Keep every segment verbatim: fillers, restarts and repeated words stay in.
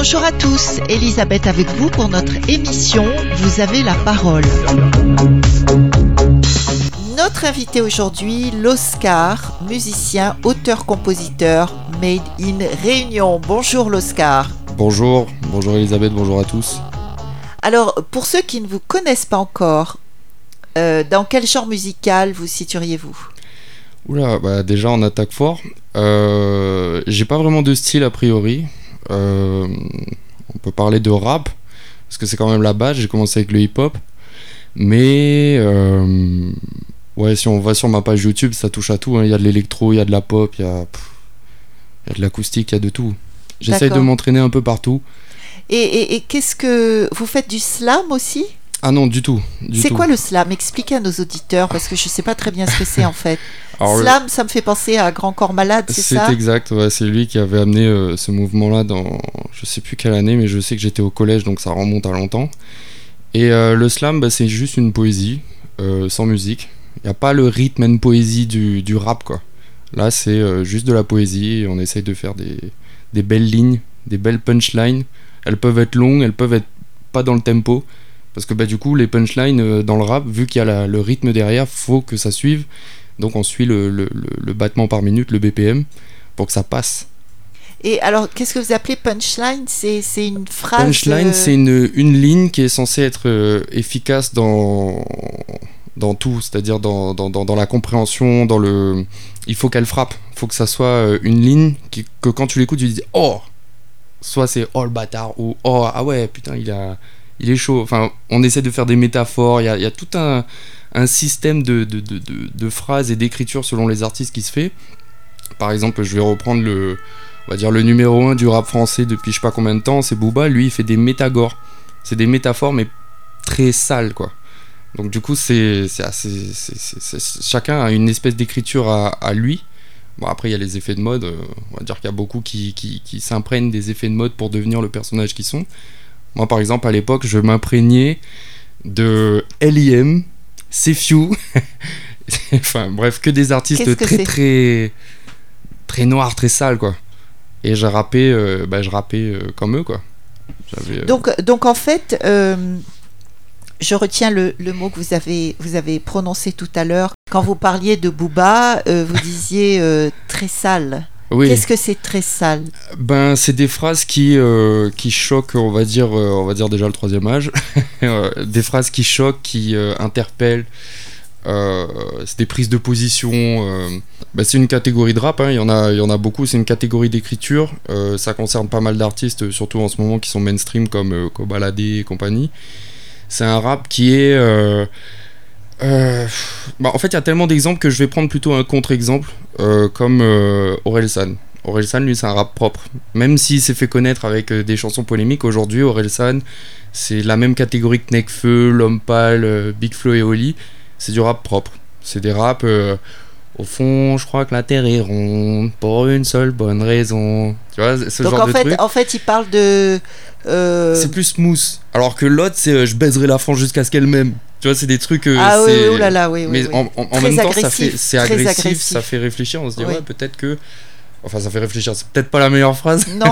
Bonjour à tous, Elisabeth avec vous pour notre émission Vous avez la parole. Notre invité aujourd'hui, l'Oscar, musicien, auteur-compositeur, made in Réunion. Bonjour l'Oscar. Bonjour, bonjour Elisabeth, bonjour à tous. Alors, pour ceux qui ne vous connaissent pas encore, euh, dans quel genre musical vous situeriez-vous ? Oula, bah déjà on attaque fort. Euh, j'ai pas vraiment de style a priori. Euh, on peut parler de rap, parce que c'est quand même la base, j'ai commencé avec le hip-hop. Mais euh, ouais, si on va sur ma page YouTube, ça touche à tout, hein. Il y a de l'électro, il y a de la pop, il y a, pff, il y a de l'acoustique, il y a de tout. J'essaye D'accord. de m'entraîner un peu partout. Et, et, et qu'est-ce que... Vous faites du slam aussi ? Ah non, du tout. Du c'est tout. quoi le slam ? Expliquez à nos auditeurs, parce que je sais pas très bien ce que c'est en fait. Alors, slam, le... ça me fait penser à Grand Corps Malade, c'est, c'est ça ? C'est exact, ouais, c'est lui qui avait amené euh, ce mouvement-là dans... Je sais plus quelle année, mais je sais que j'étais au collège, donc ça remonte à longtemps. Et euh, le slam, bah, c'est juste une poésie, euh, sans musique. Il n'y a pas le rythme et une poésie du, du rap, quoi. Là, c'est euh, juste de la poésie, et on essaye de faire des, des belles lignes, des belles punchlines. Elles peuvent être longues, elles peuvent être pas dans le tempo. Parce que bah, du coup, les punchlines euh, dans le rap, vu qu'il y a la, le rythme derrière, faut que ça suive. Donc on suit le, le, le, le battement par minute, le B P M, pour que ça passe. Et alors, qu'est-ce que vous appelez punchline ? c'est, c'est une phrase... Punchline, euh... c'est une, une ligne qui est censée être euh, efficace dans, dans tout, c'est-à-dire dans, dans, dans, dans la compréhension, dans le... Il faut qu'elle frappe, il faut que ça soit euh, une ligne qui, que quand tu l'écoutes, tu te dis « Oh !» Soit c'est « Oh le bâtard » ou « Oh, ah ouais, putain, il a... Il est chaud », enfin on essaie de faire des métaphores, il y a, il y a tout un, un système de, de, de, de, de phrases et d'écriture selon les artistes qui se fait. Par exemple, je vais reprendre le, on va dire le numéro un du rap français depuis je sais pas combien de temps, c'est Booba, lui il fait des métagores, c'est des métaphores mais très sales quoi. Donc du coup c'est, c'est assez, c'est, c'est, c'est, chacun a une espèce d'écriture à, à lui. Bon après il y a les effets de mode, on va dire qu'il y a beaucoup qui, qui, qui s'imprègnent des effets de mode pour devenir le personnage qu'ils sont. Moi, par exemple, à l'époque, je m'imprégnais de L I M, Sefiu, enfin bref, que des artistes Qu'est-ce que très c'est très très noirs, très sales, quoi. Et je rappais, euh, bah, je rappais euh, comme eux, quoi. J'avais, euh... Donc, donc en fait, euh, je retiens le, le mot que vous avez vous avez prononcé tout à l'heure quand vous parliez de Booba, euh, vous disiez euh, très sale. Oui. Qu'est-ce que c'est très sale ? Ben, c'est des phrases qui, euh, qui choquent, on va dire, euh, on va dire déjà le troisième âge. Des phrases qui choquent, qui euh, interpellent. Euh, c'est des prises de position. Euh, ben, c'est une catégorie de rap, hein, il y en a, il y en a beaucoup. C'est une catégorie d'écriture. Euh, ça concerne pas mal d'artistes, surtout en ce moment, qui sont mainstream comme euh, Kobalade et compagnie. C'est un rap qui est... Euh, Euh, bah en fait il y a tellement d'exemples que je vais prendre plutôt un contre-exemple euh, comme euh, Orelsan. Orelsan lui c'est un rap propre, même s'il s'est fait connaître avec euh, des chansons polémiques. Aujourd'hui Orelsan c'est la même catégorie que Nekfeu, L'Homme Pâle, euh, Big Flo et Oli. C'est du rap propre, c'est des raps euh, au fond je crois que la terre est ronde pour une seule bonne raison, tu vois ce donc genre en de fait, truc. en fait il parle de euh... c'est plus smooth, alors que l'autre c'est euh, je baiserai la France jusqu'à ce qu'elle m'aime. Tu vois, c'est des trucs. Euh, ah c'est... oui, oh là là, oui, oui. Mais oui. en, en, en même temps, ça fait, c'est agressif, agressif, ça fait réfléchir. On se dit, oui. ouais, peut-être que. Enfin, ça fait réfléchir, c'est peut-être pas la meilleure phrase. Non.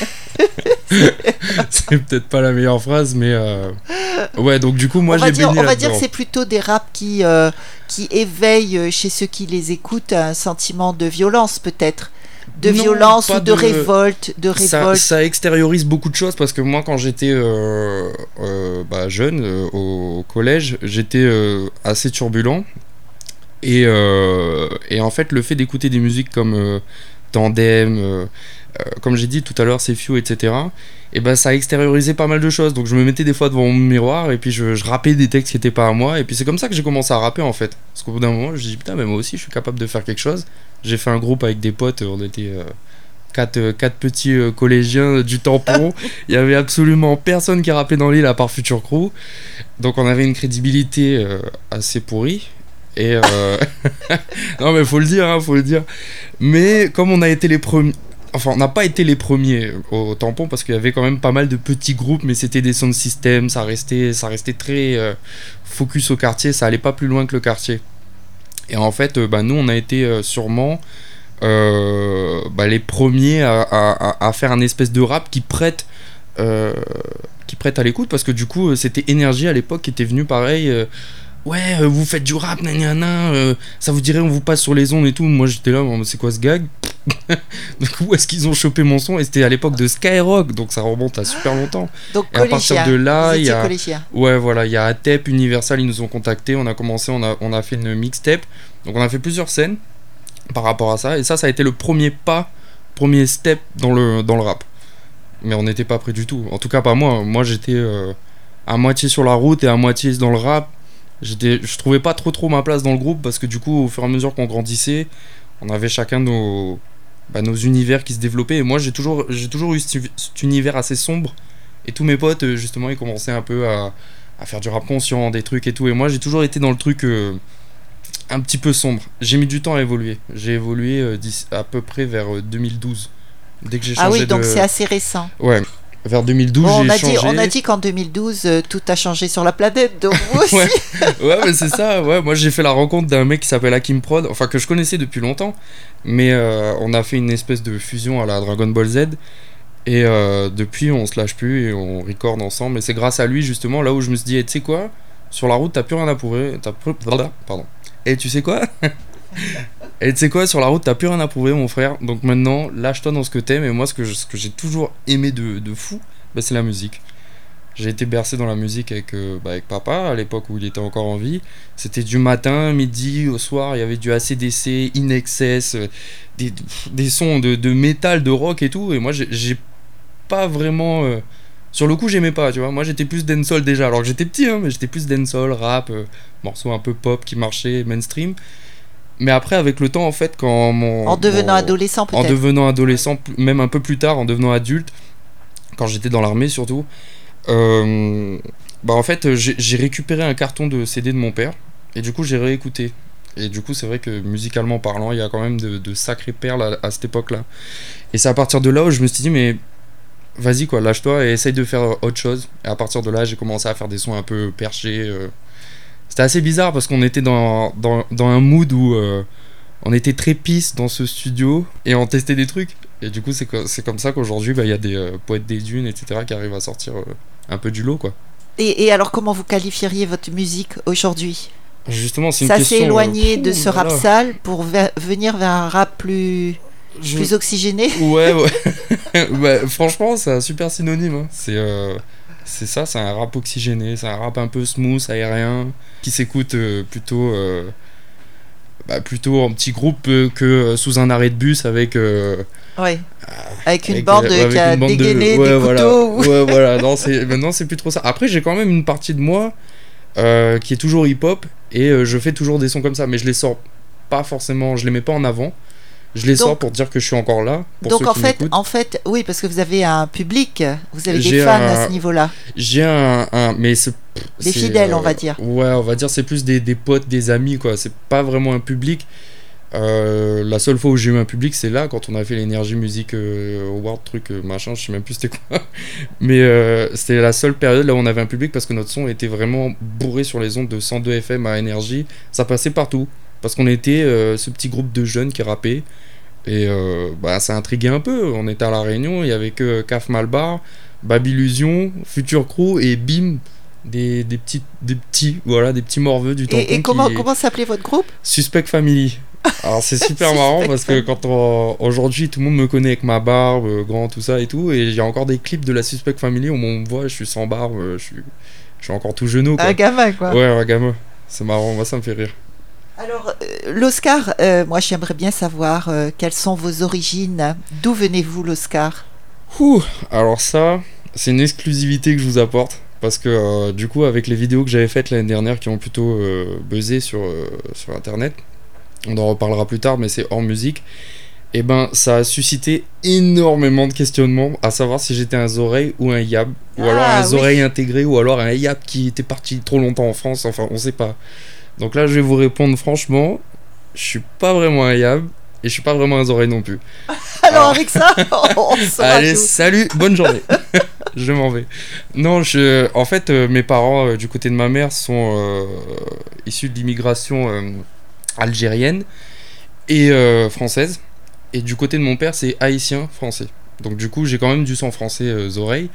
C'est peut-être pas la meilleure phrase, mais. Euh... Ouais, donc du coup, moi, on j'ai dire, baigné On va là-dedans. dire que c'est plutôt des raps qui, euh, qui éveillent chez ceux qui les écoutent un sentiment de violence, peut-être. De non, violence ou de, de révolte, de révolte. Ça, ça extériorise beaucoup de choses parce que moi, quand j'étais euh, euh, bah, jeune, euh, au, au collège, j'étais euh, assez turbulent. Et, euh, et en fait, le fait d'écouter des musiques comme euh, Tandem, euh, euh, comme j'ai dit tout à l'heure, Sefiu, et cetera, et ben, ça a extériorisé pas mal de choses. Donc je me mettais des fois devant mon miroir et puis je, je rappais des textes qui n'étaient pas à moi. Et puis c'est comme ça que j'ai commencé à rapper en fait. Parce qu'au bout d'un moment, je me dis putain, mais moi aussi, je suis capable de faire quelque chose. J'ai fait un groupe avec des potes, on était euh, quatre, euh, quatre petits euh, collégiens du tampon. Il y avait absolument personne qui rappait dans l'île à part Future Crew. Donc on avait une crédibilité euh, assez pourrie. Et euh... non mais faut le dire, hein, faut le dire. Mais comme on a été les premiers, enfin on n'a pas été les premiers au tampon parce qu'il y avait quand même pas mal de petits groupes, mais c'était des sound systems, ça restait, ça restait très euh, focus au quartier, ça allait pas plus loin que le quartier. Et en fait, euh, bah, nous, on a été euh, sûrement euh, bah, les premiers à, à, à faire un espèce de rap qui prête euh, qui prête à l'écoute, parce que du coup, c'était Énergie à l'époque qui était venu pareil. Euh, ouais, euh, vous faites du rap, nanana, euh, ça vous dirait, on vous passe sur les ondes et tout. Moi j'étais là, c'est quoi ce gag? Donc où est-ce qu'ils ont chopé mon son? Et c'était à l'époque de Skyrock, donc ça remonte à super longtemps. Donc et à partir de là, il y a collégien. Ouais, voilà, il y a Atep, Universal, ils nous ont contactés, on a commencé, on a, on a fait une mixtape. Donc on a fait plusieurs scènes par rapport à ça, et ça, ça a été le premier pas, premier step dans le, dans le rap. Mais on n'était pas prêt du tout, en tout cas pas moi. Moi j'étais euh, à moitié sur la route et à moitié dans le rap. J'étais, je trouvais pas trop trop ma place dans le groupe, parce que du coup, au fur et à mesure qu'on grandissait, on avait chacun nos, bah, nos univers qui se développaient. Et moi, j'ai toujours, j'ai toujours eu cet, cet univers assez sombre. Et tous mes potes, justement, ils commençaient un peu à, à faire du rap conscient, des trucs et tout. Et moi, j'ai toujours été dans le truc euh, un petit peu sombre. J'ai mis du temps à évoluer. J'ai évolué euh, à peu près vers euh, deux mille douze. Dès que j'ai changé de... Ah oui, donc de... c'est assez récent. Ouais. Vers deux mille douze, bon, on j'ai a changé. Dit, on a dit qu'en deux mille douze, euh, tout a changé sur la planète, donc vous aussi. ouais, ouais mais c'est ça. Ouais. Moi, j'ai fait la rencontre d'un mec qui s'appelle Hakim Prod, enfin que je connaissais depuis longtemps, mais euh, on a fait une espèce de fusion à la Dragon Ball Z, et euh, depuis, on se lâche plus et on recorde ensemble. Et c'est grâce à lui, justement, là où je me suis dit, hey, tu sais quoi, sur la route, t'as plus rien à prouver. T'as plus... Pardon. Et tu sais quoi Et tu sais quoi, sur la route, t'as plus rien à prouver, mon frère. Donc maintenant, lâche-toi dans ce que t'aimes. Et moi, ce que, je, ce que j'ai toujours aimé de, de fou, bah, c'est la musique. J'ai été bercé dans la musique avec, euh, bah, avec papa, à l'époque où il était encore en vie. C'était du matin, midi, au soir, il y avait du A C D C, In Excess, euh, des, des sons de, de métal, de rock et tout. Et moi, j'ai, j'ai pas vraiment... Euh... Sur le coup, j'aimais pas, tu vois. Moi, j'étais plus dancehall déjà. Alors que j'étais petit, hein, mais j'étais plus dancehall, rap, euh, morceaux un peu pop qui marchaient, mainstream. Mais après, avec le temps, en fait, quand mon... En devenant mon, adolescent, peut-être. En devenant adolescent, même un peu plus tard, en devenant adulte, quand j'étais dans l'armée surtout, euh, bah en fait, j'ai, j'ai récupéré un carton de C D de mon père, et du coup, j'ai réécouté. Et du coup, c'est vrai que musicalement parlant, il y a quand même de, de sacrées perles à, à cette époque-là. Et c'est à partir de là où je me suis dit, mais vas-y, quoi, lâche-toi et essaye de faire autre chose. Et à partir de là, j'ai commencé à faire des sons un peu perchés. Euh, C'était assez bizarre parce qu'on était dans, dans, dans un mood où euh, on était très pisse dans ce studio et on testait des trucs. Et du coup, c'est, c'est comme ça qu'aujourd'hui, bah, y a des euh, poètes des dunes, et cetera, qui arrivent à sortir euh, un peu du lot, quoi. Et, et alors, comment vous qualifieriez votre musique aujourd'hui ? Justement, c'est une ça question... Ça s'est éloigné euh, de ce rap voilà. sale pour ve- venir vers un rap plus, Je... plus oxygéné ? Ouais, ouais. bah, franchement, c'est un super synonyme. Hein. C'est... Euh... C'est ça, c'est un rap oxygéné, c'est un rap un peu smooth, aérien, qui s'écoute euh, plutôt, euh, bah, plutôt en petit groupe euh, que euh, sous un arrêt de bus avec... Euh, ouais, avec une avec, bande euh, qui a dégainé de... ouais, des voilà. couteaux. Ouais, voilà, non, c'est... maintenant c'est plus trop ça. Après, j'ai quand même une partie de moi euh, qui est toujours hip-hop, et euh, je fais toujours des sons comme ça, mais je les sors pas forcément, je les mets pas en avant. Je les donc, sors pour dire que je suis encore là. Pour donc ceux en qui fait, m'écoutent. en fait, oui, parce que vous avez un public, vous avez j'ai des fans un, à ce niveau-là. J'ai un, un mais c'est, des c'est, fidèles, euh, on va dire. Ouais, on va dire c'est plus des, des potes, des amis, quoi. C'est pas vraiment un public. Euh, la seule fois où j'ai eu un public, c'est là quand on a fait l'énergie musique euh, award truc euh, machin, je sais même plus c'était quoi. Mais euh, c'était la seule période là où on avait un public parce que notre son était vraiment bourré sur les ondes de cent deux F M à énergie. Ça passait partout parce qu'on était euh, ce petit groupe de jeunes qui rappaient. Et euh, bah, ça intriguait un peu. On était à La Réunion, il y avait que Caf Malbar, Babylusion, Future Crew et bim, des, des, petits, des petits, voilà, des petits morveux du tampon. Et, et comment, qui... comment s'appelait votre groupe ? Suspect Family. Alors c'est super marrant parce que quand on... aujourd'hui tout le monde me connaît avec ma barbe, grand, tout ça et tout, et il y a encore des clips de la Suspect Family où on me voit, je suis sans barbe, je suis, je suis encore tout genou. Quoi. Un gamin quoi. Ouais, un gamin. C'est marrant, moi ça me fait rire. Alors, euh, l'Oscar, euh, moi j'aimerais bien savoir euh, quelles sont vos origines. D'où venez-vous, l'Oscar ? Ouh, alors ça, c'est une exclusivité que je vous apporte. Parce que euh, du coup, avec les vidéos que j'avais faites l'année dernière qui ont plutôt euh, buzzé sur, euh, sur Internet, on en reparlera plus tard, mais c'est hors musique, et ben ça a suscité énormément de questionnements, à savoir si j'étais un Zorey ou un Yab, ou ah, alors un oui. Zorey intégré, ou alors un Yab qui était parti trop longtemps en France, enfin on sait pas. Donc là, je vais vous répondre franchement, je suis pas vraiment un Yab et je suis pas vraiment un Zorey non plus. Alors, Alors avec ça, on saura allez, tout. Salut, bonne journée. Je m'en vais. Non, je, en fait, euh, mes parents euh, du côté de ma mère sont euh, issus de l'immigration euh, algérienne et euh, française. Et du côté de mon père, c'est haïtien français. Donc du coup, j'ai quand même du sang français euh, Zorey.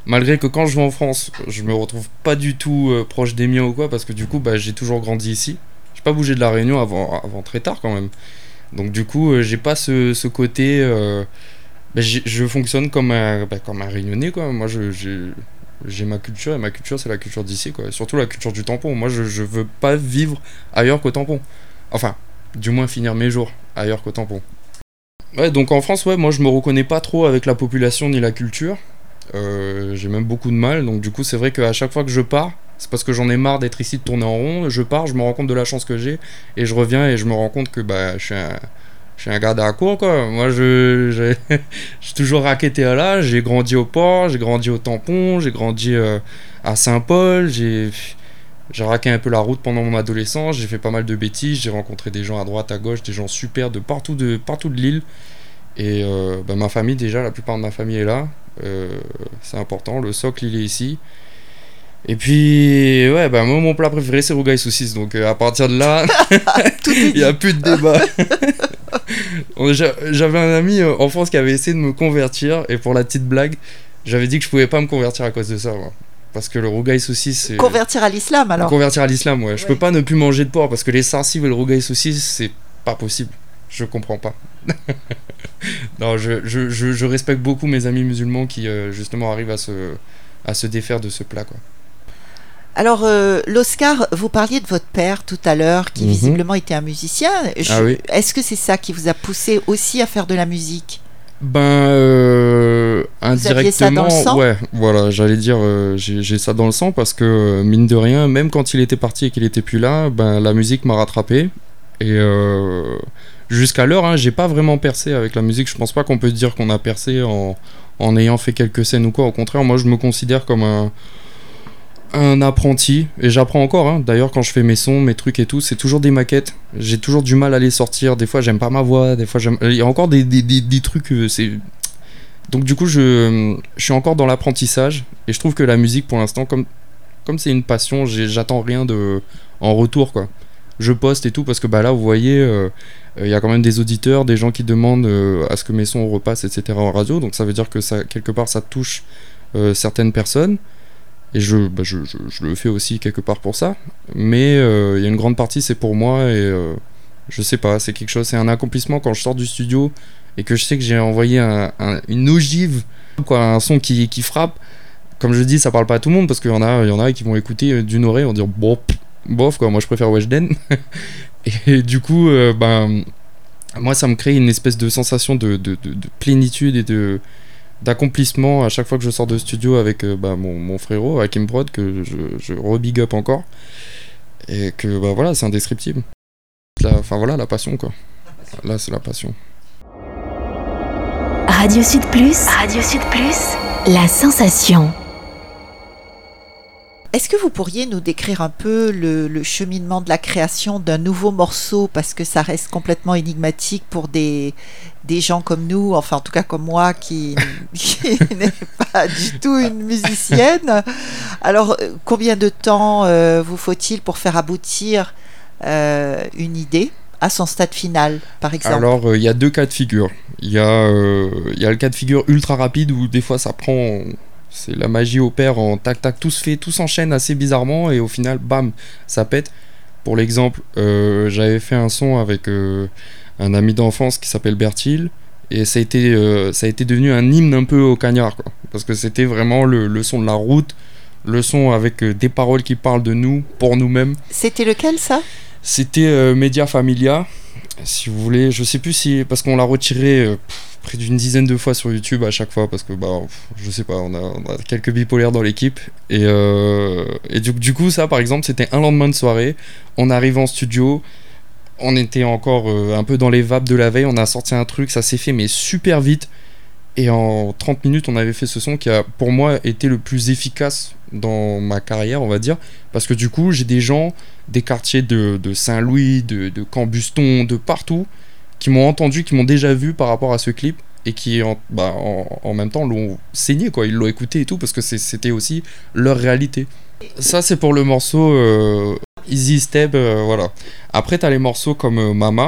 Malgré que quand je vais en France, je me retrouve pas du tout euh, proche des miens ou quoi, parce que du coup, bah, j'ai toujours grandi ici. J'ai pas bougé de la Réunion avant, avant très tard quand même. Donc du coup, euh, j'ai pas ce, ce côté... Euh, bah, je fonctionne comme un, bah, comme un Réunionnais, quoi. Moi, je, j'ai, j'ai ma culture, et ma culture, c'est la culture d'ici, quoi. Et surtout la culture du tampon. Moi, je, je veux pas vivre ailleurs qu'au tampon. Enfin, du moins finir mes jours ailleurs qu'au tampon. Ouais, donc en France, ouais, moi, je me reconnais pas trop avec la population ni la culture. Euh, j'ai même beaucoup de mal, donc du coup c'est vrai qu'à chaque fois que je pars, c'est parce que j'en ai marre d'être ici, de tourner en rond. Je pars, je me rends compte de la chance que j'ai, et je reviens et je me rends compte que bah, je suis un, je suis un gars d'Harcourt, quoi. Moi je j'ai, j'ai toujours raquetté à là, j'ai grandi au port, j'ai grandi au tampon, j'ai grandi euh, à Saint-Paul, j'ai, j'ai raqué un peu la route pendant mon adolescence, j'ai fait pas mal de bêtises, j'ai rencontré des gens à droite, à gauche, des gens super de partout de, partout de l'île. Et euh, bah, ma famille, déjà, la plupart de ma famille est là. Euh, c'est important, le socle il est ici. Et puis, ouais, bah moi mon plat préféré c'est rougail saucisse, donc euh, à partir de là, il n'y a plus de débat. J'avais un ami euh, en France qui avait essayé de me convertir, et pour la petite blague, j'avais dit que je pouvais pas me convertir à cause de ça, moi. Parce que le rougail saucisse, c'est... Convertir à l'islam alors. Convertir à l'islam, ouais. Je ouais. peux pas ne plus manger de porc, parce que les sarsives et le rougail saucisse, c'est pas possible. Je comprends pas. Non, je, je, je, je respecte beaucoup mes amis musulmans qui euh, justement arrivent à se, à se défaire de ce plat, quoi. Alors, euh, l'Oscar, vous parliez de votre père tout à l'heure, qui Mhm. visiblement était un musicien. Je- Ah oui. Est-ce que c'est ça qui vous a poussé aussi à faire de la musique ? Ben, euh, Vous aviez ça dans indirectement, le sang ? ouais, voilà, j'allais dire, euh, j'ai, j'ai ça dans le sang parce que, euh, mine de rien, même quand il était parti et qu'il était plus là, ben, la musique m'a rattrapé. Et euh, jusqu'à l'heure, hein, j'ai pas vraiment percé avec la musique. Je pense pas qu'on peut dire qu'on a percé en, en ayant fait quelques scènes ou quoi. Au contraire, moi, je me considère comme un, un apprenti. Et j'apprends encore, hein. D'ailleurs, quand je fais mes sons, mes trucs et tout, c'est toujours des maquettes. J'ai toujours du mal à les sortir. Des fois, j'aime pas ma voix. Des fois, j'aime... Il y a encore des, des, des, des trucs... Euh, c'est... Donc du coup, je, je suis encore dans l'apprentissage. Et je trouve que la musique, pour l'instant, comme, comme c'est une passion, j'ai, j'attends rien de, en retour, quoi. Je poste et tout parce que bah là vous voyez il euh, euh, y a quand même des auditeurs, des gens qui demandent euh, à ce que mes sons repassent, etc. en radio, donc ça veut dire que ça, quelque part ça touche euh, certaines personnes et je, bah, je, je, je le fais aussi quelque part pour ça, mais il euh, y a une grande partie c'est pour moi et euh, je sais pas, c'est quelque chose, c'est un accomplissement quand je sors du studio et que je sais que j'ai envoyé un, un, une ogive, quoi, un son qui, qui frappe. Comme je dis, ça parle pas à tout le monde parce qu'il y en a, il y en a qui vont écouter d'une oreille et vont dire bon bof quoi, moi je préfère Weshden. Et du coup euh, ben moi ça me crée une espèce de sensation de, de, de, de plénitude et de d'accomplissement à chaque fois que je sors de studio avec euh, bah, mon, mon frérot Hakim Prod que je, je re-big up encore et que bah voilà c'est indescriptible. Enfin voilà la passion quoi. Là c'est la passion. Radio Sud Plus, Radio Sud Plus, la sensation. Est-ce que vous pourriez nous décrire un peu le, le cheminement de la création d'un nouveau morceau, parce que ça reste complètement énigmatique pour des, des gens comme nous, enfin en tout cas comme moi qui, qui n'est pas du tout une musicienne. Alors combien de temps euh, vous faut-il pour faire aboutir euh, une idée à son stade final, par exemple? Alors il euh, y a deux cas de figure. Il y, euh, y a le cas de figure ultra rapide où des fois ça prend... C'est la magie opère en tac tac, tout se fait, tout s'enchaîne assez bizarrement et au final, bam, ça pète. Pour l'exemple, euh, j'avais fait un son avec euh, un ami d'enfance qui s'appelle Bertil et ça a été, euh, ça a été devenu un hymne un peu au cagnard, quoi. Parce que c'était vraiment le, le son de la route, le son avec euh, des paroles qui parlent de nous, pour nous-mêmes. C'était lequel ça? C'était euh, Media Familia, si vous voulez, je sais plus si, parce qu'on l'a retiré euh, près d'une dizaine de fois sur YouTube à chaque fois parce que bah je sais pas, on a, on a quelques bipolaires dans l'équipe et, euh, et du, du coup ça par exemple c'était un lendemain de soirée, on arrive en studio, on était encore euh, un peu dans les vapes de la veille, on a sorti un truc, ça s'est fait mais super vite et en trente minutes on avait fait ce son qui a pour moi été le plus efficace dans ma carrière on va dire, parce que du coup j'ai des gens des quartiers de, de Saint-Louis, de, de Cambuston, de partout qui m'ont entendu, qui m'ont déjà vu par rapport à ce clip et qui en, bah, en, en même temps l'ont saigné quoi, ils l'ont écouté et tout parce que c'est, c'était aussi leur réalité. Ça c'est pour le morceau euh, Easy Step, euh, voilà. Après t'as les morceaux comme euh, Mama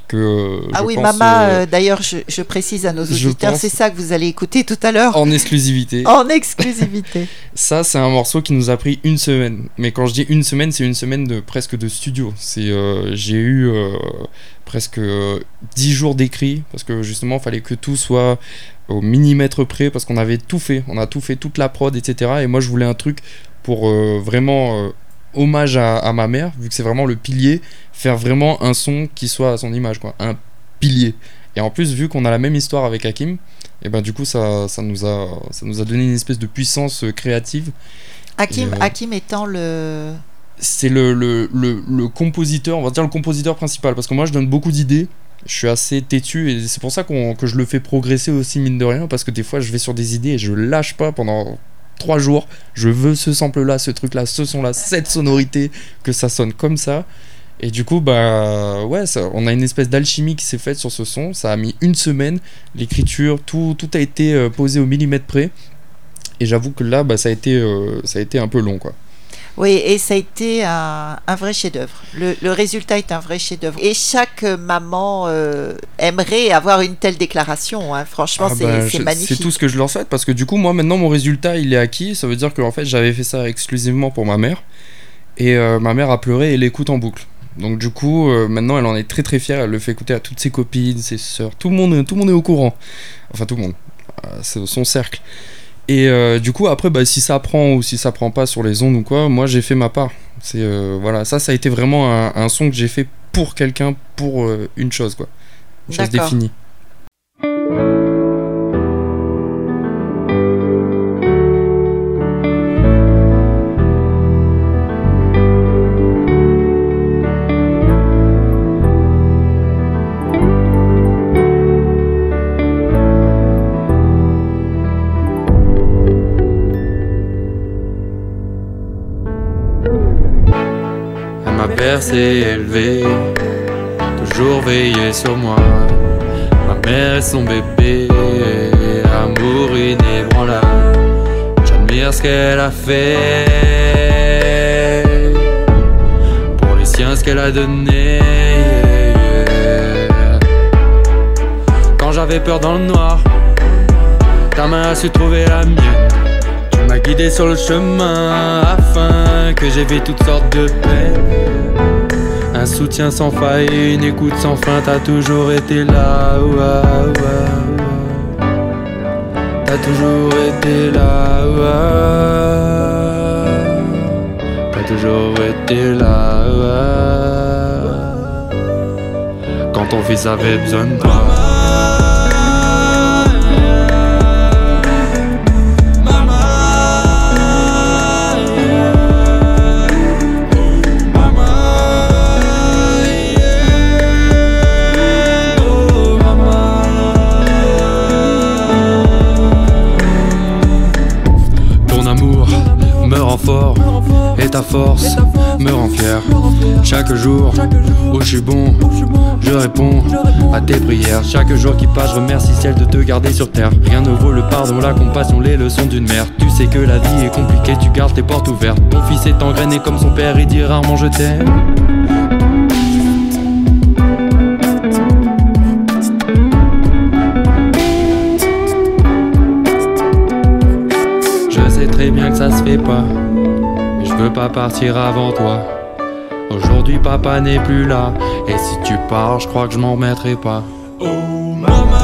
que euh, ah je oui, pense, Mama, euh, euh, d'ailleurs, je, je précise à nos je auditeurs, pense- c'est ça que vous allez écouter tout à l'heure, en exclusivité. en exclusivité. Ça, c'est un morceau qui nous a pris une semaine. Mais quand je dis une semaine, c'est une semaine de presque de studio. C'est, euh, j'ai eu euh, presque euh, dix jours d'écrit parce que justement, il fallait que tout soit au millimètre près parce qu'on avait tout fait. On a tout fait, toute la prod, et cetera. Et moi, je voulais un truc pour euh, vraiment euh, hommage à, à ma mère, vu que c'est vraiment le pilier, faire vraiment un son qui soit à son image, quoi. Un pilier. Et en plus, vu qu'on a la même histoire avec Hakim, et ben du coup, ça, ça, nous a, ça nous a donné une espèce de puissance euh, créative. Hakim, Et, euh, Hakim étant le... C'est le, le, le, le compositeur, on va dire le compositeur principal, parce que moi je donne beaucoup d'idées, je suis assez têtu et c'est pour ça qu'on, que je le fais progresser aussi mine de rien, parce que des fois je vais sur des idées et je lâche pas pendant trois jours, je veux ce sample là, ce truc là, ce son là, cette sonorité, que ça sonne comme ça. Et du coup, bah ouais, ça, on a une espèce d'alchimie qui s'est faite sur ce son, ça a mis une semaine, l'écriture, tout, tout a été euh, posé au millimètre près, et j'avoue que là, bah, ça, a été, euh, ça a été un peu long quoi. Oui, et ça a été un, un vrai chef-d'œuvre. Le, le résultat est un vrai chef-d'œuvre. Et chaque maman euh, aimerait avoir une telle déclaration. Hein. Franchement, Ah c'est, bah, c'est je- magnifique. C'est tout ce que je leur souhaite parce que du coup, moi maintenant, mon résultat il est acquis. Ça veut dire que en fait, j'avais fait ça exclusivement pour ma mère. Et euh, ma mère a pleuré et l'écoute en boucle. Donc du coup, euh, maintenant, elle en est très très fière. Elle le fait écouter à toutes ses copines, ses sœurs. Tout le monde, tout le monde est au courant. Enfin, tout le monde. Euh, c'est son cercle. Et euh, du coup, après, bah, si ça prend ou si ça prend pas sur les ondes ou quoi, moi j'ai fait ma part. C'est euh, voilà, ça, ça a été vraiment un, un son que j'ai fait pour quelqu'un, pour euh, une chose quoi, une chose D'accord. définie. Elle m'a bercé, élevé, toujours veillé sur moi. Ma mère et son bébé, amour inébranlable. J'admire ce qu'elle a fait pour les siens, ce qu'elle a donné. Quand j'avais peur dans le noir, ta main a su trouver la mienne. Tu m'as guidé sur le chemin afin que j'évite toutes sortes de peines. Un soutien sans faille, une écoute sans fin, t'as toujours été là. Ouah, ouah, ouah. T'as toujours été là. Ouah. T'as toujours été là. Ouah. Quand ton fils avait besoin de toi. Fort, et ta force me rend fier. Chaque jour où je suis bon, je réponds à tes prières. Chaque jour qui passe, je remercie celle de te garder sur terre. Rien ne vaut le pardon, la compassion, les leçons d'une mère. Tu sais que la vie est compliquée, tu gardes tes portes ouvertes. Ton fils est engrainé comme son père, il dit rarement je t'aime. Je sais très bien que ça se fait pas, mais je veux pas partir avant toi. Aujourd'hui papa n'est plus là, et si tu pars, je crois que je m'en remettrai pas. Oh maman.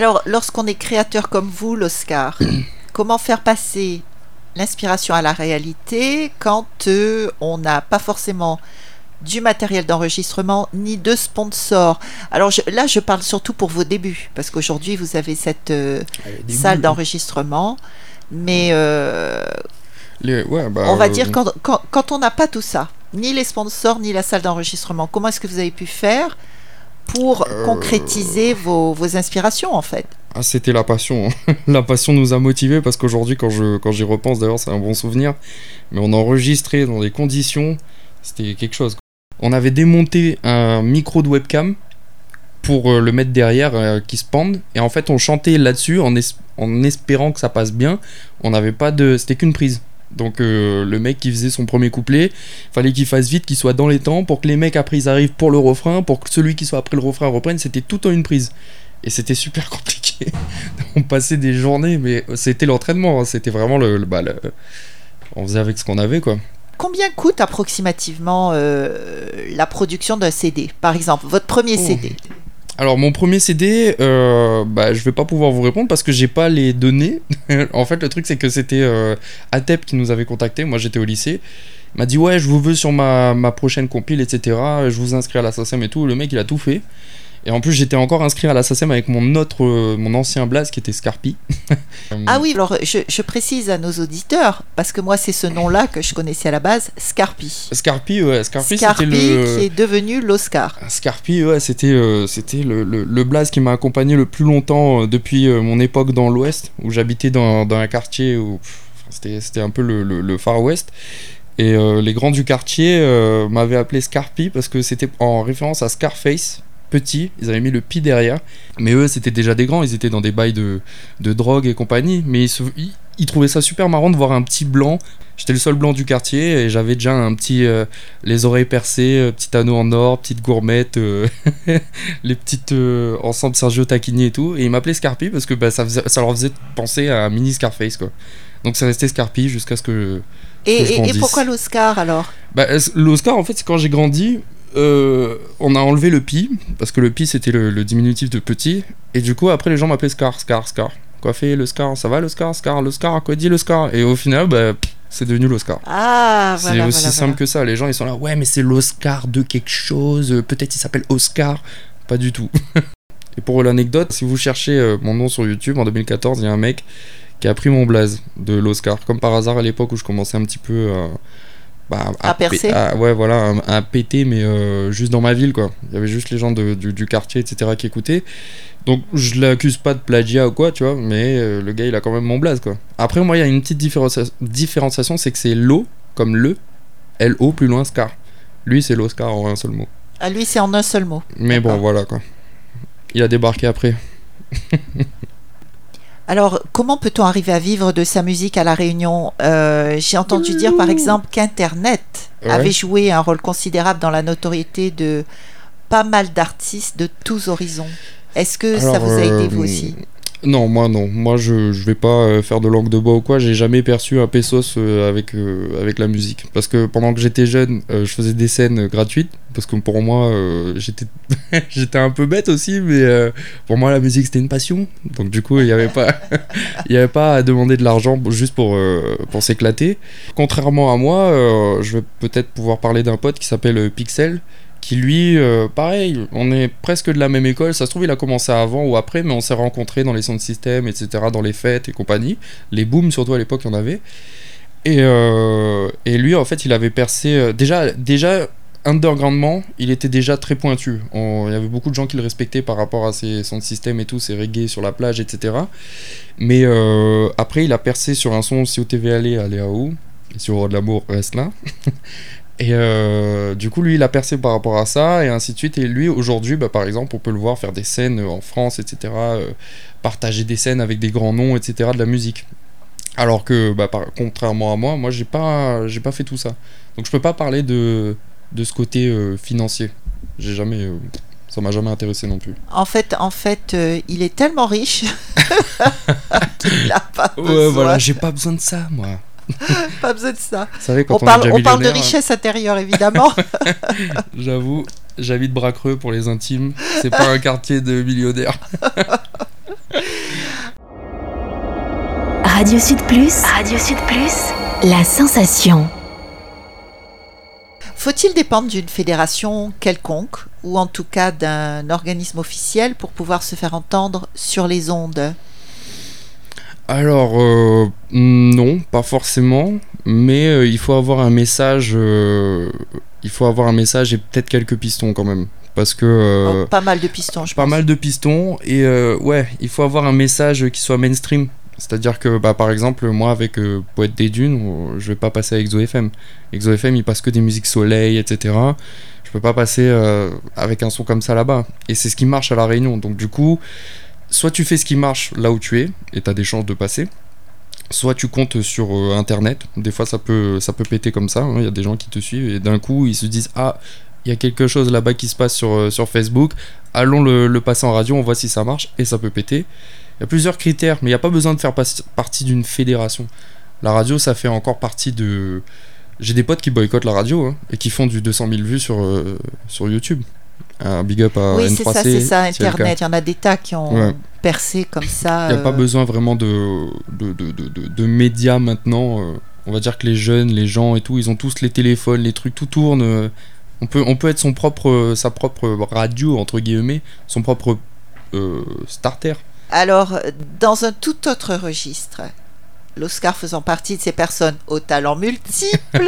Alors, lorsqu'on est créateur comme vous, l'Oscar, comment faire passer l'inspiration à la réalité quand euh, on n'a pas forcément du matériel d'enregistrement ni de sponsors? Alors je, là, je parle surtout pour vos débuts, parce qu'aujourd'hui, vous avez cette euh, salle d'enregistrement, mais euh, Les, ouais, bah, on va euh, dire quand, quand, quand on n'a pas tout ça, ni les sponsors, ni la salle d'enregistrement, comment est-ce que vous avez pu faire pour Euh, concrétiser vos, vos inspirations, en fait? Ah, c'était la passion. hein. La passion nous a motivés parce qu'aujourd'hui, quand je quand j'y repense, d'ailleurs, c'est un bon souvenir. Mais on enregistrait dans des conditions, c'était quelque chose. On avait démonté un micro de webcam pour euh, le mettre derrière euh, qui se pende. Et en fait, on chantait là-dessus en, es- en espérant que ça passe bien. On n'avait pas de. C'était qu'une prise. Donc euh, le mec qui faisait son premier couplet, fallait qu'il fasse vite, qu'il soit dans les temps pour que les mecs après ils arrivent pour le refrain, pour que celui qui soit après le refrain reprenne. C'était tout en une prise. Et c'était super compliqué. On passait des journées, mais c'était l'entraînement. hein. C'était vraiment le, le, bah, le- On faisait avec ce qu'on avait, quoi. Combien coûte approximativement euh, la production d'un C D? Par exemple, votre premier Oh. C D. Alors mon premier C D, euh, bah, je vais pas pouvoir vous répondre parce que j'ai pas les données. En fait, le truc c'est que c'était euh, Atep qui nous avait contacté. Moi j'étais au lycée. Il m'a dit ouais, je vous veux sur ma, ma prochaine compile, et cetera. Je vous inscris à la S A C E M et tout. Le mec il a tout fait. Et en plus j'étais encore inscrit à la S A C E M avec mon autre, euh, mon ancien blaze qui était Scarpi. Ah oui, alors je, je précise à nos auditeurs, parce que moi c'est ce nom-là que je connaissais à la base, Scarpi. Scarpi, ouais, Scarpi, Scarpi c'était le. qui est devenu l'Oscar. Scarpi, ouais, c'était, euh, c'était le, le, le blaze qui m'a accompagné le plus longtemps euh, depuis euh, mon époque dans l'Ouest, où j'habitais dans, dans un quartier où pff, c'était, c'était un peu le, le, le Far West. Et euh, les grands du quartier euh, m'avaient appelé Scarpi parce que c'était en référence à Scarface, petit, ils avaient mis le pi derrière. Mais eux, c'était déjà des grands, ils étaient dans des bails de, de drogue et compagnie. Mais ils, se, ils, ils trouvaient ça super marrant de voir un petit blanc. J'étais le seul blanc du quartier et j'avais déjà un petit. Euh, les oreilles percées, euh, petit anneau en or, petite gourmette, euh, les petites euh, ensemble Sergio Tacchini et tout. Et ils m'appelaient Scarpi parce que bah, ça, faisait, ça leur faisait penser à un mini Scarface, quoi. Donc c'est resté Scarpi jusqu'à ce que. Et, que je et, et grandisse. pourquoi l'Oscar alors? Bah, l'Oscar, en fait, c'est quand j'ai grandi. Euh, on a enlevé le pi parce que le pi c'était le, le diminutif de petit et du coup après les gens m'appelaient Scar, Scar, Scar. Quoi fait le Scar? Ça va le Scar, Scar, le Scar, quoi dit le Scar? Et au final, bah, pff, c'est devenu l'Oscar. Ah, C'est voilà, aussi voilà, simple voilà. que ça. Les gens ils sont là, ouais, mais c'est l'Oscar de quelque chose. euh, Peut-être il s'appelle Oscar. Pas du tout. Et pour l'anecdote, si vous cherchez euh, mon nom sur YouTube en deux mille quatorze, il y a un mec qui a pris mon blaze de l'Oscar. Comme par hasard à l'époque où je commençais un petit peu à. Bah, À percer. à- ouais, voilà, à, à péter, mais euh, juste dans ma ville, quoi. Il y avait juste les gens de- du, du quartier, et cetera, qui écoutaient. Donc, je l'accuse pas de plagiat ou quoi, tu vois, mais euh, le gars, il a quand même mon blaze, quoi. Après, moi, il y a une petite différencia- différenciation, c'est que c'est l'O, comme le, L O, plus loin, Scar. Lui, c'est l'Oscar en un seul mot. Ah, lui, c'est en un seul mot. Mais bon, D'accord. voilà, quoi. Il a débarqué après. Alors, comment peut-on arriver à vivre de sa musique à La Réunion? Euh, J'ai entendu dire, par exemple, qu'Internet Ouais. avait joué un rôle considérable dans la notoriété de pas mal d'artistes de tous horizons. Est-ce que ça Alors, vous a aidé, vous euh, aussi? Non, moi non. Moi je, je vais pas euh, faire de langue de bois ou quoi. J'ai jamais perçu un pesos euh, avec, euh, avec la musique. Parce que pendant que j'étais jeune, euh, je faisais des scènes euh, gratuites. Parce que pour moi, euh, j'étais j'étais un peu bête aussi. Mais euh, pour moi, la musique c'était une passion. Donc du coup, il n'y avait, pas... il y avait pas à demander de l'argent juste pour, euh, pour s'éclater. Contrairement à moi, euh, je vais peut-être pouvoir parler d'un pote qui s'appelle euh, Pixel. Qui lui, euh, pareil, on est presque de la même école. Ça se trouve, il a commencé avant ou après, mais on s'est rencontrés dans les sound systems, et cetera, dans les fêtes et compagnie. Les booms, surtout à l'époque, il y en avait. Et, euh, et lui, en fait, il avait percé. euh, déjà, déjà, undergroundement, il était déjà très pointu. On- Il y avait beaucoup de gens qui le respectaient par rapport à ses sound systems et tout, ses reggae sur la plage, et cetera. Mais euh, après, il a percé sur un son Si au T V allé, allez à où? Et sur Roi de l'amour, reste là. Et euh, du coup, lui, il a percé par rapport à ça, et ainsi de suite. Et lui, aujourd'hui, bah, par exemple, on peut le voir faire des scènes en France, et cetera. euh, partager des scènes avec des grands noms, et cetera de la musique. Alors que, bah, par- contrairement à moi, moi, j'ai pas, j'ai pas fait tout ça. Donc, je peux pas parler de, de ce côté euh, financier. J'ai jamais, euh, ça m'a jamais intéressé non plus. En fait, en fait euh, il est tellement riche qu'il n'a pas Ouais, besoin, voilà, j'ai pas besoin de ça, moi. pas besoin de ça. Vous savez, quand On on, parle, est on déjà parle de millionnaire, richesse intérieure, évidemment. j'avoue, j'habite Bracreux pour les intimes. C'est pas un quartier de millionnaires. Radio Sud Plus, Radio Sud Plus, la sensation. Faut-il dépendre d'une fédération quelconque, ou en tout cas d'un organisme officiel, pour pouvoir se faire entendre sur les ondes ? Alors, euh, non, pas forcément, mais euh, il faut avoir un message, euh, il faut avoir un message et peut-être quelques pistons quand même. Parce que... Euh, oh, pas mal de pistons, je pas pense. Pas mal de pistons, et euh, ouais, il faut avoir un message qui soit mainstream. C'est-à-dire que, bah, par exemple, moi, avec euh, Poète des Dunes, je vais pas passer à Exo F M. Exo F M, il passe que des musiques soleil, et cetera. Je peux pas passer euh, avec un son comme ça là-bas. Et c'est ce qui marche à La Réunion. Donc, du coup, soit tu fais ce qui marche là où tu es, et t'as des chances de passer, soit tu comptes sur euh, Internet. Des fois, ça peut, ça peut péter comme ça. Il hein. y a des gens qui te suivent, et d'un coup, ils se disent « Ah, il y a quelque chose là-bas qui se passe sur, euh, sur Facebook. Allons le, le passer en radio, on voit si ça marche. » Et ça peut péter. Il y a plusieurs critères, mais il n'y a pas besoin de faire pas- partie d'une fédération. La radio, ça fait encore partie de... J'ai des potes qui boycottent la radio hein, et qui font du deux cent mille vues sur, euh, sur YouTube. Un big up à oui, N c'est trois C. ça, c'est ça, c'est Internet. Il y en a des tas qui ont ouais. percé comme ça. Il n'y a euh... pas besoin vraiment de, de, de, de, de, de médias maintenant. Euh, on va dire que les jeunes, les gens et tout, ils ont tous les téléphones, les trucs, tout tourne. Euh, on, peut, on peut être son propre, sa propre radio, entre guillemets, son propre euh, starter. Alors, dans un tout autre registre, l'Oscar faisant partie de ces personnes aux talents multiples,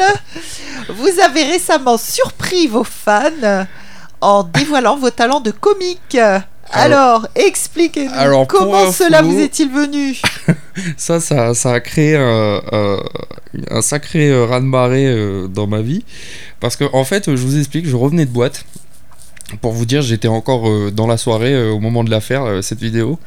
vous avez récemment surpris vos fans en dévoilant vos talents de comique. Alors, alors expliquez-nous alors, comment cela info, vous est-il venu ? Ça, ça, ça a créé un, un, un sacré raz-de-marée euh, dans ma vie. Parce que, en fait, je vous explique, je revenais de boîte. Pour vous dire, j'étais encore euh, dans la soirée euh, au moment de la faire, euh, cette vidéo.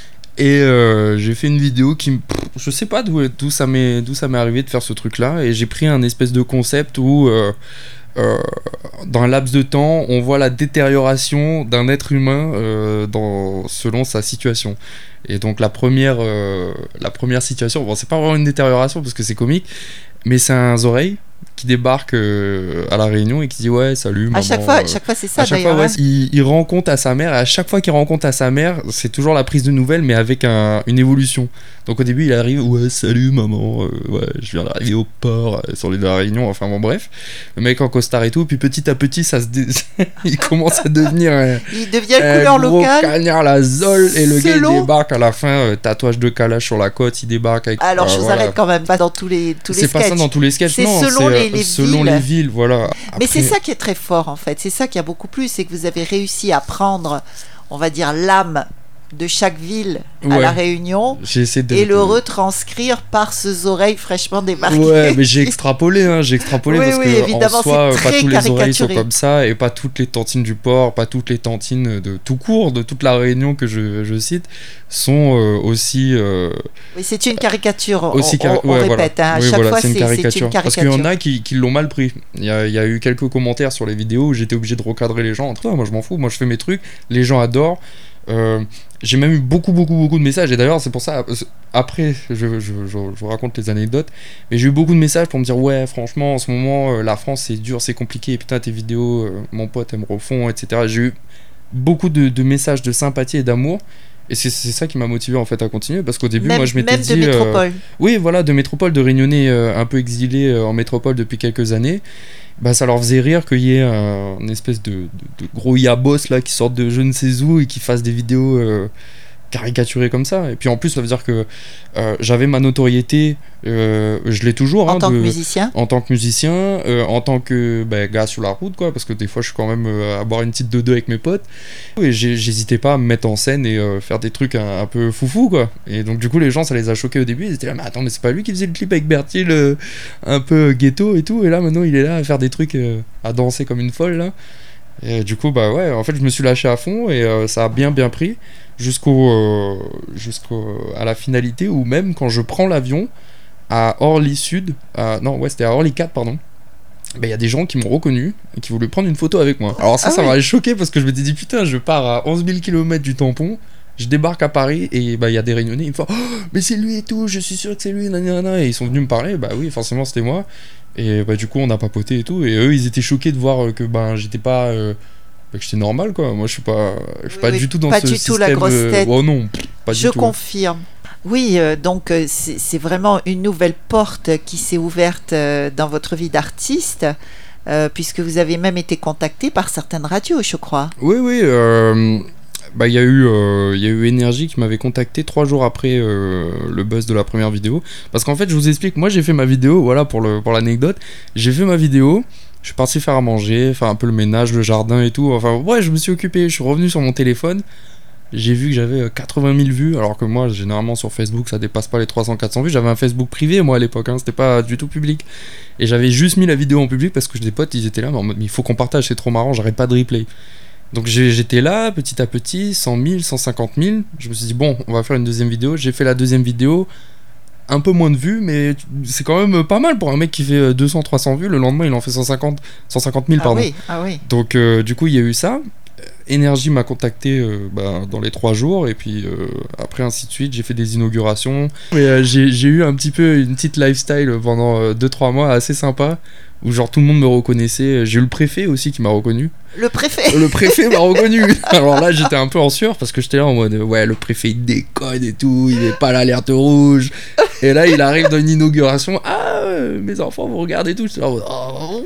Et euh, j'ai fait une vidéo qui... Pff, je sais pas d'où, d'où, ça m'est, d'où ça m'est arrivé de faire ce truc-là. Et j'ai pris un espèce de concept où, euh, euh, dans un laps de temps, on voit la détérioration d'un être humain euh, dans, selon sa situation. Et donc la première, euh, la première situation... Bon, c'est pas vraiment une détérioration parce que c'est comique, mais c'est un oreille qui débarque euh, à La Réunion et qui dit ouais salut maman. À chaque fois, euh, chaque fois c'est ça à chaque d'ailleurs. Fois, ouais, hein. il, il rend compte à sa mère et à chaque fois qu'il rend compte à sa mère, c'est toujours la prise de nouvelles mais avec un, une évolution. Donc au début il arrive ouais salut maman, euh, ouais je viens d'arriver au port euh, sur l'île de La Réunion, enfin bon bref, le mec en costard et tout, puis petit à petit ça se dé... il commence à devenir euh, il devient une couleur gros locale. Cagnard la zole et le Selon... gars il débarque à la fin, euh, tatouage de calage sur la côte, il débarque avec. Alors euh, je vous voilà. arrête quand même pas dans tous les tous les c'est sketchs. pas ça dans tous les sketchs, c'est non, selon c'est les, les selon villes. les villes, voilà. Après... Mais c'est ça qui est très fort en fait, c'est ça qui a beaucoup plu, c'est que vous avez réussi à prendre, on va dire, l'âme de chaque ville à ouais. La Réunion j'ai essayé de... et le retranscrire par ces oreilles fraîchement débarquées. Ouais, mais j'ai extrapolé, hein, j'ai extrapolé oui, parce oui, que évidemment, en soi, c'est pas très tous les oreilles sont caricaturé. comme ça et pas toutes les tantines du port, pas toutes les tantines de tout court de toute la Réunion que je, je cite sont euh, aussi. Euh, oui, c'est une caricature. Aussi on, on, on ouais, répète. Voilà. Hein, à oui, chaque voilà, fois, c'est une, c'est, caricature. c'est une caricature. Parce qu'il y en a qui, qui l'ont mal pris. Il y, a, il y a eu quelques commentaires sur les vidéos où j'étais obligé de recadrer les gens. Entre moi, je m'en fous. Moi, je fais mes trucs. Les gens adorent. Euh, j'ai même eu beaucoup beaucoup beaucoup de messages et d'ailleurs c'est pour ça après je, je, je, je vous raconte les anecdotes, mais j'ai eu beaucoup de messages pour me dire ouais franchement en ce moment euh, la France c'est dur, c'est compliqué, putain tes vidéos euh, mon pote elle me refont, etc. J'ai eu beaucoup de, de messages de sympathie et d'amour et c'est, c'est ça qui m'a motivé en fait à continuer parce qu'au début même, moi je m'étais même dit de métropole. Euh, oui voilà de métropole, de Réunionnais euh, un peu exilés euh, en métropole depuis quelques années. Bah, ça leur faisait rire qu'il y ait un, une espèce de, de, de gros yabos là qui sortent de je ne sais où et qui fassent des vidéos euh, caricaturées comme ça. Et puis en plus, ça veut dire que euh, j'avais ma notoriété, euh, je l'ai toujours. En hein, tant de, que musicien En tant que musicien, euh, en tant que bah, gars sur la route, quoi, parce que des fois je suis quand même euh, à boire une petite de deux avec mes potes. Et j'ai, j'hésitais pas à me mettre en scène et euh, faire des trucs un, un peu foufou, quoi. Et donc du coup, les gens, ça les a choqués au début. Ils étaient là, mais attends, mais c'est pas lui qui faisait le clip avec Bertil, euh, un peu ghetto et tout. Et là, maintenant, il est là à faire des trucs, euh, à danser comme une folle, là. Et du coup, bah ouais, en fait, je me suis lâché à fond et euh, ça a bien, bien pris jusqu'au, euh, jusqu'au, à la finalité où même quand je prends l'avion à Orly Sud, à, non, ouais, c'était à Orly quatre, pardon. Il bah, y a des gens qui m'ont reconnu et qui voulaient prendre une photo avec moi. Alors ça, ah ça oui. m'a choqué parce que je m'étais dit putain, je pars à onze mille kilomètres du tampon, je débarque à Paris et il bah, y a des Réunionnais, ils me font oh, mais c'est lui et tout, je suis sûr que c'est lui, nanana, et ils sont venus me parler, bah oui, forcément c'était moi. Et bah du coup on a papoté et tout, et eux ils étaient choqués de voir que bah, j'étais pas euh, bah, que j'étais normal, quoi. Moi, je suis pas, je suis Oui, pas oui, du tout dans pas ce du système. tout la grosse tête. Euh... Oh non, pas Je du tout. confirme. Oui, euh, donc euh, c'est, c'est vraiment une nouvelle porte qui s'est ouverte euh, dans votre vie d'artiste, euh, puisque vous avez même été contacté par certaines radios, je crois. Oui, oui. Euh... Bah, il y a eu, euh, il y a eu Énergie qui m'avait contacté trois jours après euh, le buzz de la première vidéo. Parce qu'en fait, je vous explique, moi j'ai fait ma vidéo, voilà pour, le, pour l'anecdote. J'ai fait ma vidéo, je suis parti faire à manger, faire un peu le ménage, le jardin et tout. Enfin, ouais, je me suis occupé, je suis revenu sur mon téléphone. J'ai vu que j'avais quatre-vingt mille vues, alors que moi, généralement sur Facebook, ça dépasse pas les trois cents à quatre cents vues. J'avais un Facebook privé, moi, à l'époque, hein, c'était pas du tout public. Et j'avais juste mis la vidéo en public parce que des potes, ils étaient là, mais en mode, mais il faut qu'on partage, c'est trop marrant, j'arrête pas de replay. Donc j'ai, j'étais là, petit à petit, cent mille, cent cinquante mille. Je me suis dit, bon, on va faire une deuxième vidéo. J'ai fait la deuxième vidéo, un peu moins de vues, mais c'est quand même pas mal pour un mec qui fait deux cents, trois cents vues. Le lendemain, il en fait cent cinquante mille, Ah pardon. oui, ah oui. Donc euh, du coup, il y a eu ça. Énergie m'a contacté euh, bah, dans les trois jours, et puis euh, après, ainsi de suite. J'ai fait des inaugurations. Mais euh, j'ai, j'ai eu un petit peu une petite lifestyle pendant deux trois mois assez sympa, où genre tout le monde me reconnaissait. J'ai eu le préfet aussi qui m'a reconnu. Le préfet. Le préfet m'a reconnu. Alors là, j'étais un peu en sueur parce que j'étais là en mode ouais, le préfet il déconne et tout, il est pas à l'alerte rouge. Et là, il arrive dans une inauguration. Ah, euh, mes enfants vous regardez et tout. J'étais là en mode oh.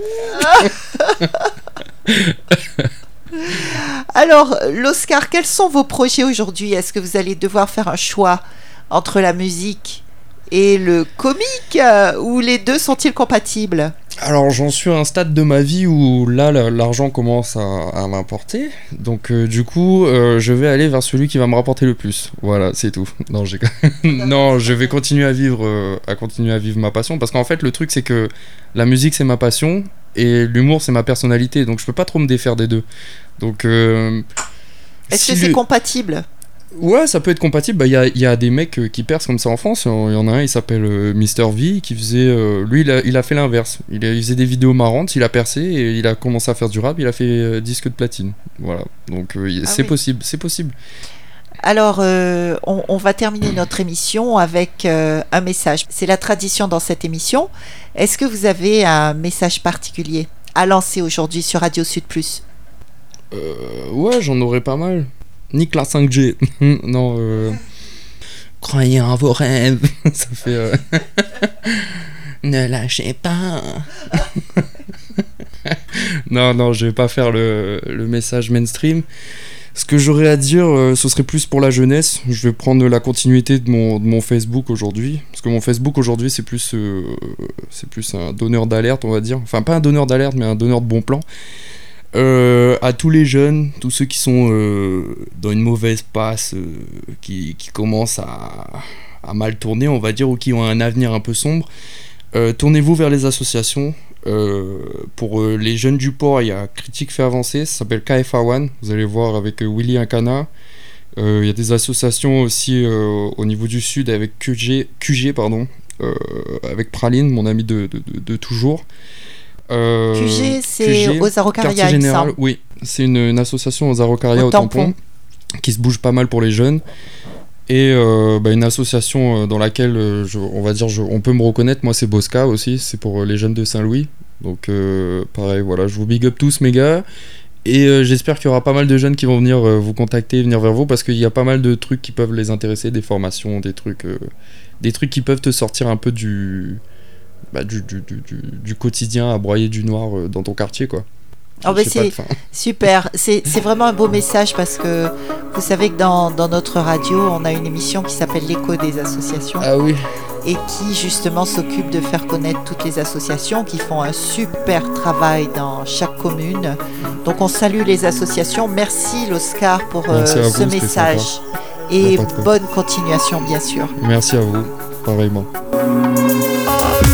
Alors, l'Oscar, quels sont vos projets aujourd'hui ? Est-ce que vous allez devoir faire un choix entre la musique et le comique, euh, ou les deux sont-ils compatibles ? Alors j'en suis à un stade de ma vie où là l'argent commence à, à m'importer, donc euh, du coup euh, je vais aller vers celui qui va me rapporter le plus. Voilà, c'est tout. Non, j'ai... non, je vais continuer à vivre, euh, à continuer à vivre ma passion, parce qu'en fait le truc c'est que la musique c'est ma passion et l'humour c'est ma personnalité, donc je peux pas trop me défaire des deux. Donc euh, est-ce si que c'est le... compatible ? Ouais, ça peut être compatible. Bah, il y a, y a des mecs euh, qui percent comme ça en France. Il y en a un, il s'appelle euh, Mister V, qui faisait. Euh, lui, il a, il a fait l'inverse. Il, a, il faisait des vidéos marrantes, il a percé et il a commencé à faire du rap. Il a fait euh, disque de platine. Voilà. Donc, euh, Ah c'est oui. possible. C'est possible. Alors, euh, on, on va terminer notre émission avec euh, un message. C'est la tradition dans cette émission. Est-ce que vous avez un message particulier à lancer aujourd'hui sur Radio Sud Plus ? Euh, ouais, j'en aurais pas mal. Nique la cinq G. Non, euh... croyez en vos rêves. Ça fait. Euh... ne lâchez pas. non, non, je vais pas faire le, le message mainstream. Ce que j'aurais à dire, euh, ce serait plus pour la jeunesse. Je vais prendre la continuité de mon, de mon Facebook aujourd'hui. Parce que mon Facebook aujourd'hui, c'est plus, euh, c'est plus un donneur d'alerte, on va dire. Enfin, pas un donneur d'alerte, mais un donneur de bons plans. Euh, à tous les jeunes, tous ceux qui sont euh, dans une mauvaise passe, euh, qui, qui commencent à, à mal tourner, on va dire, ou qui ont un avenir un peu sombre, euh, tournez-vous vers les associations. Euh, pour euh, les jeunes du port, il y a Critique fait avancer, ça s'appelle K F A un, vous allez voir avec euh, Willy Ankana. Euh, il y a des associations aussi euh, au niveau du sud avec Q G, Q G pardon, euh, avec Praline, mon ami de, de, de, de toujours. Euh, Q G, c'est Q G, aux Araucarias, Quartier il me Général, semble. oui, c'est une, une association aux Araucarias Au au tampon, tampon, qui se bouge pas mal pour les jeunes, et euh, bah, une association dans laquelle euh, je, on va dire je, on peut me reconnaître. Moi, c'est Bosca aussi, c'est pour les jeunes de Saint-Louis. Donc euh, pareil, voilà, je vous big up tous mes gars. Et euh, j'espère qu'il y aura pas mal de jeunes qui vont venir euh, vous contacter, venir vers vous, parce qu'il y a pas mal de trucs qui peuvent les intéresser, des formations, des trucs, euh, des trucs qui peuvent te sortir un peu du, bah, du, du, du, du, du quotidien à broyer du noir euh, dans ton quartier, quoi. Oh ben Je sais c'est pas, enfin, super, c'est, c'est vraiment un beau message, parce que vous savez que dans, dans notre radio, on a une émission qui s'appelle L'écho des associations, Ah oui. et qui justement s'occupe de faire connaître toutes les associations qui font un super travail dans chaque commune. Donc on salue les associations. Merci l'Oscar pour euh, Merci à vous, ce c'était message. sympa. Et Y a pas de quoi. bonne continuation bien sûr. Merci à vous, pareillement.